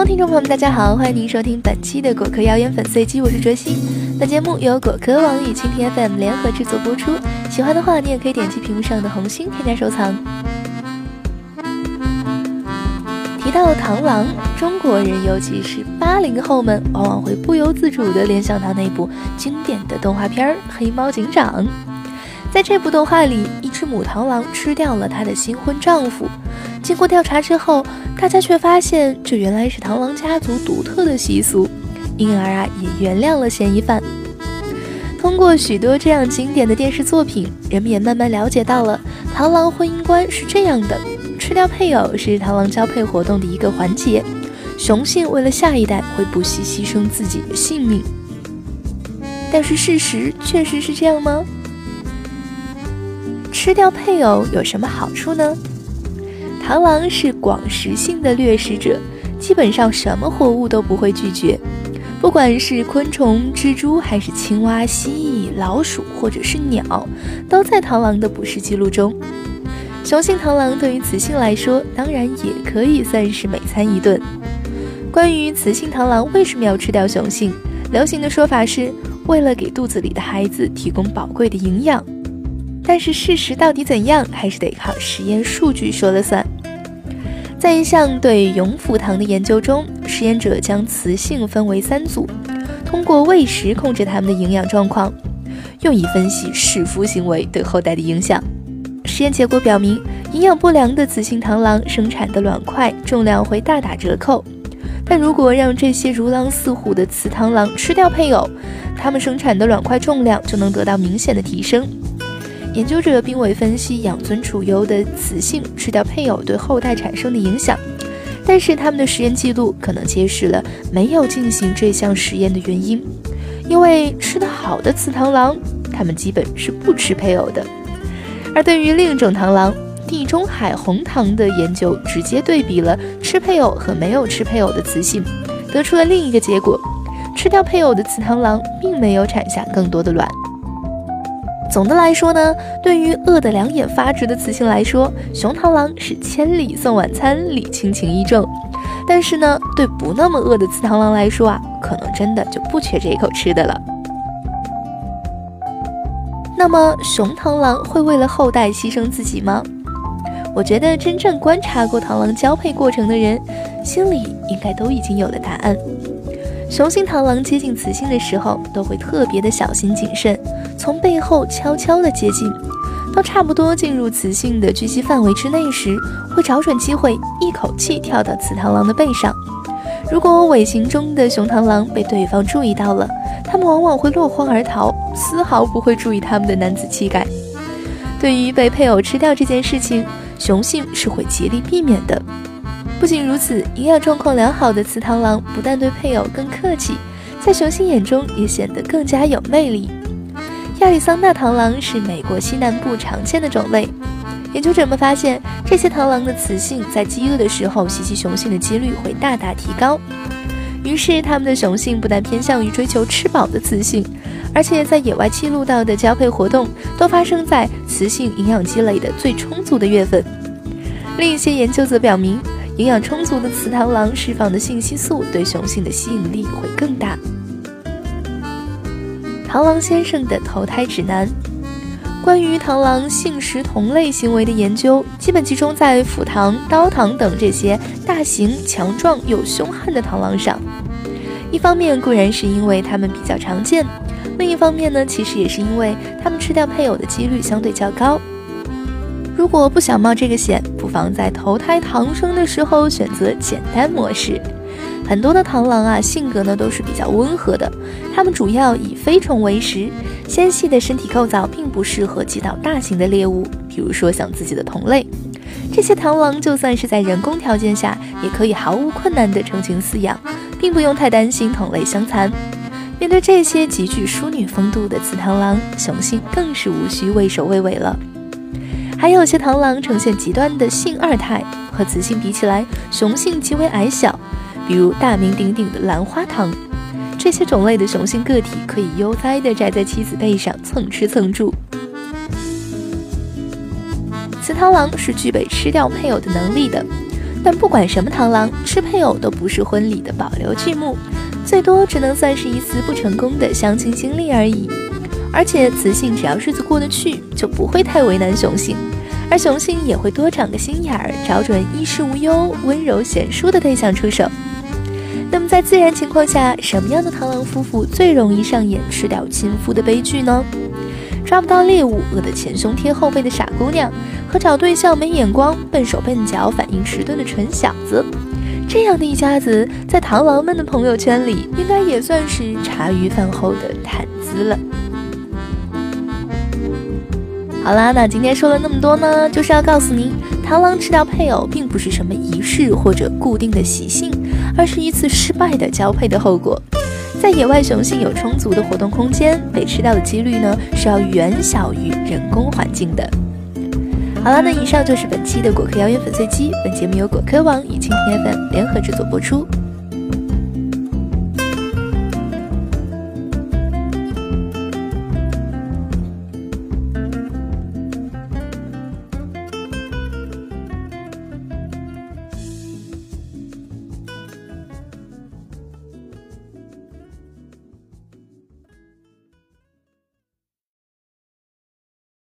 Hello， 听众朋友们，大家好，欢迎您收听本期的果壳谣言粉碎机，我是卓西。本节目由果壳网与蜻蜓 FM 联合制作播出。喜欢的话，你也可以点击屏幕上的红心添加收藏。提到螳螂，中国人尤其是80后们，往往会不由自主地联想到那部经典的动画片《黑猫警长》。在这部动画里，一只母螳螂吃掉了她的新婚丈夫。经过调查之后，大家却发现这原来是螳螂家族独特的习俗，因而也原谅了嫌疑犯。通过许多这样经典的电视作品，人们也慢慢了解到了螳螂婚姻观是这样的：吃掉配偶是螳螂交配活动的一个环节，雄性为了下一代会不惜牺牲自己的性命。但是事实确实是这样吗？吃掉配偶有什么好处呢？螳螂是广食性的掠食者，基本上什么活物都不会拒绝，不管是昆虫、蜘蛛，还是青蛙、蜥蜴、老鼠，或者是鸟，都在螳螂的捕食记录中。雄性螳螂对于雌性来说，当然也可以算是美餐一顿。关于雌性螳螂为什么要吃掉雄性，流行的说法是为了给肚子里的孩子提供宝贵的营养。但是事实到底怎样，还是得靠实验数据说了算。在一项对永福糖的研究中，实验者将雌性分为3组，通过喂食控制它们的营养状况，用以分析弑夫行为对后代的影响。实验结果表明，营养不良的雌性螳螂生产的卵块重量会大打折扣，但如果让这些如狼似虎的雌螳螂吃掉配偶，它们生产的卵块重量就能得到明显的提升。研究者并未分析养尊处优的雌性吃掉配偶对后代产生的影响，但是他们的实验记录可能揭示了没有进行这项实验的原因，因为吃得好的雌螳螂，它们基本是不吃配偶的。而对于另一种螳螂地中海红螳的研究，直接对比了吃配偶和没有吃配偶的雌性，得出了另一个结果：吃掉配偶的雌螳螂并没有产下更多的卵。总的来说呢，对于饿得两眼发直的雌性来说，雄螳螂是千里送晚餐，礼轻情意重。但是呢，对不那么饿的雌螳螂来说可能真的就不缺这一口吃的了。那么雄螳螂会为了后代牺牲自己吗？我觉得真正观察过螳螂交配过程的人，心里应该都已经有了答案。雄性螳螂接近雌性的时候，都会特别的小心谨慎，从背后悄悄地接近，到差不多进入雌性的狙击范围之内时，会找准机会一口气跳到雌螳螂的背上。如果尾行中的雄螳螂被对方注意到了，它们往往会落荒而逃，丝毫不会注意它们的男子气概。对于被配偶吃掉这件事情，雄性是会竭力避免的。不仅如此，营养状况良好的雌螳螂不但对配偶更客气，在雄性眼中也显得更加有魅力。亚利桑那螳螂是美国西南部常见的种类，研究者们发现，这些螳螂的雌性在饥饿的时候袭击雄性的几率会大大提高。于是它们的雄性不但偏向于追求吃饱的雌性，而且在野外记录到的交配活动都发生在雌性营养积累的最充足的月份。另一些研究则表明，营养充足的雌螳螂释放的信息素对雄性的吸引力会更大。螳螂先生的投胎指南。关于螳螂性食同类行为的研究，基本集中在斧螳、刀螳等这些大型、强壮又凶悍的螳螂上。一方面固然是因为它们比较常见，另一方面呢，其实也是因为它们吃掉配偶的几率相对较高。如果不想冒这个险，不妨在投胎螳生的时候选择简单模式。很多的螳螂性格呢都是比较温和的，它们主要以飞虫为食，纤细的身体构造并不适合击倒大型的猎物，比如说像自己的同类。这些螳螂就算是在人工条件下，也可以毫无困难地成群饲养，并不用太担心同类相残。面对这些极具淑女风度的雌螳螂，雄性更是无需畏首畏尾了。还有些螳螂呈现极端的性二态，和雌性比起来，雄性极为矮小，比如大名鼎鼎的兰花螳。这些种类的雄性个体可以悠哉地宅在妻子背上蹭吃蹭住。雌螳螂是具备吃掉配偶的能力的， 但不管什么螳螂，吃配偶都不是婚礼的保留剧目，最多只能算是一丝不成功的相亲经历而已。而且雌性只要日子过得去，就不会太为难雄性，而雄性也会多长个心眼儿，找准衣食无忧、温柔贤淑的对象出手。那么在自然情况下，什么样的螳螂夫妇最容易上演吃掉亲夫的悲剧呢？抓不到猎物饿得前胸贴后背的傻姑娘，和找对象没眼光、笨手笨脚、反应迟钝的蠢小子，这样的一家子，在螳螂们的朋友圈里，应该也算是茶余饭后的谈资了。好啦，那今天说了那么多呢，就是要告诉您，螳螂吃掉配偶并不是什么仪式或者固定的习性，而是一次失败的交配的后果。在野外，雄性有充足的活动空间，被吃掉的几率呢是要远小于人工环境的。好了，那以上就是本期的果壳谣言粉碎机，本节目由果壳网与蜻蜓 FM 联合制作播出。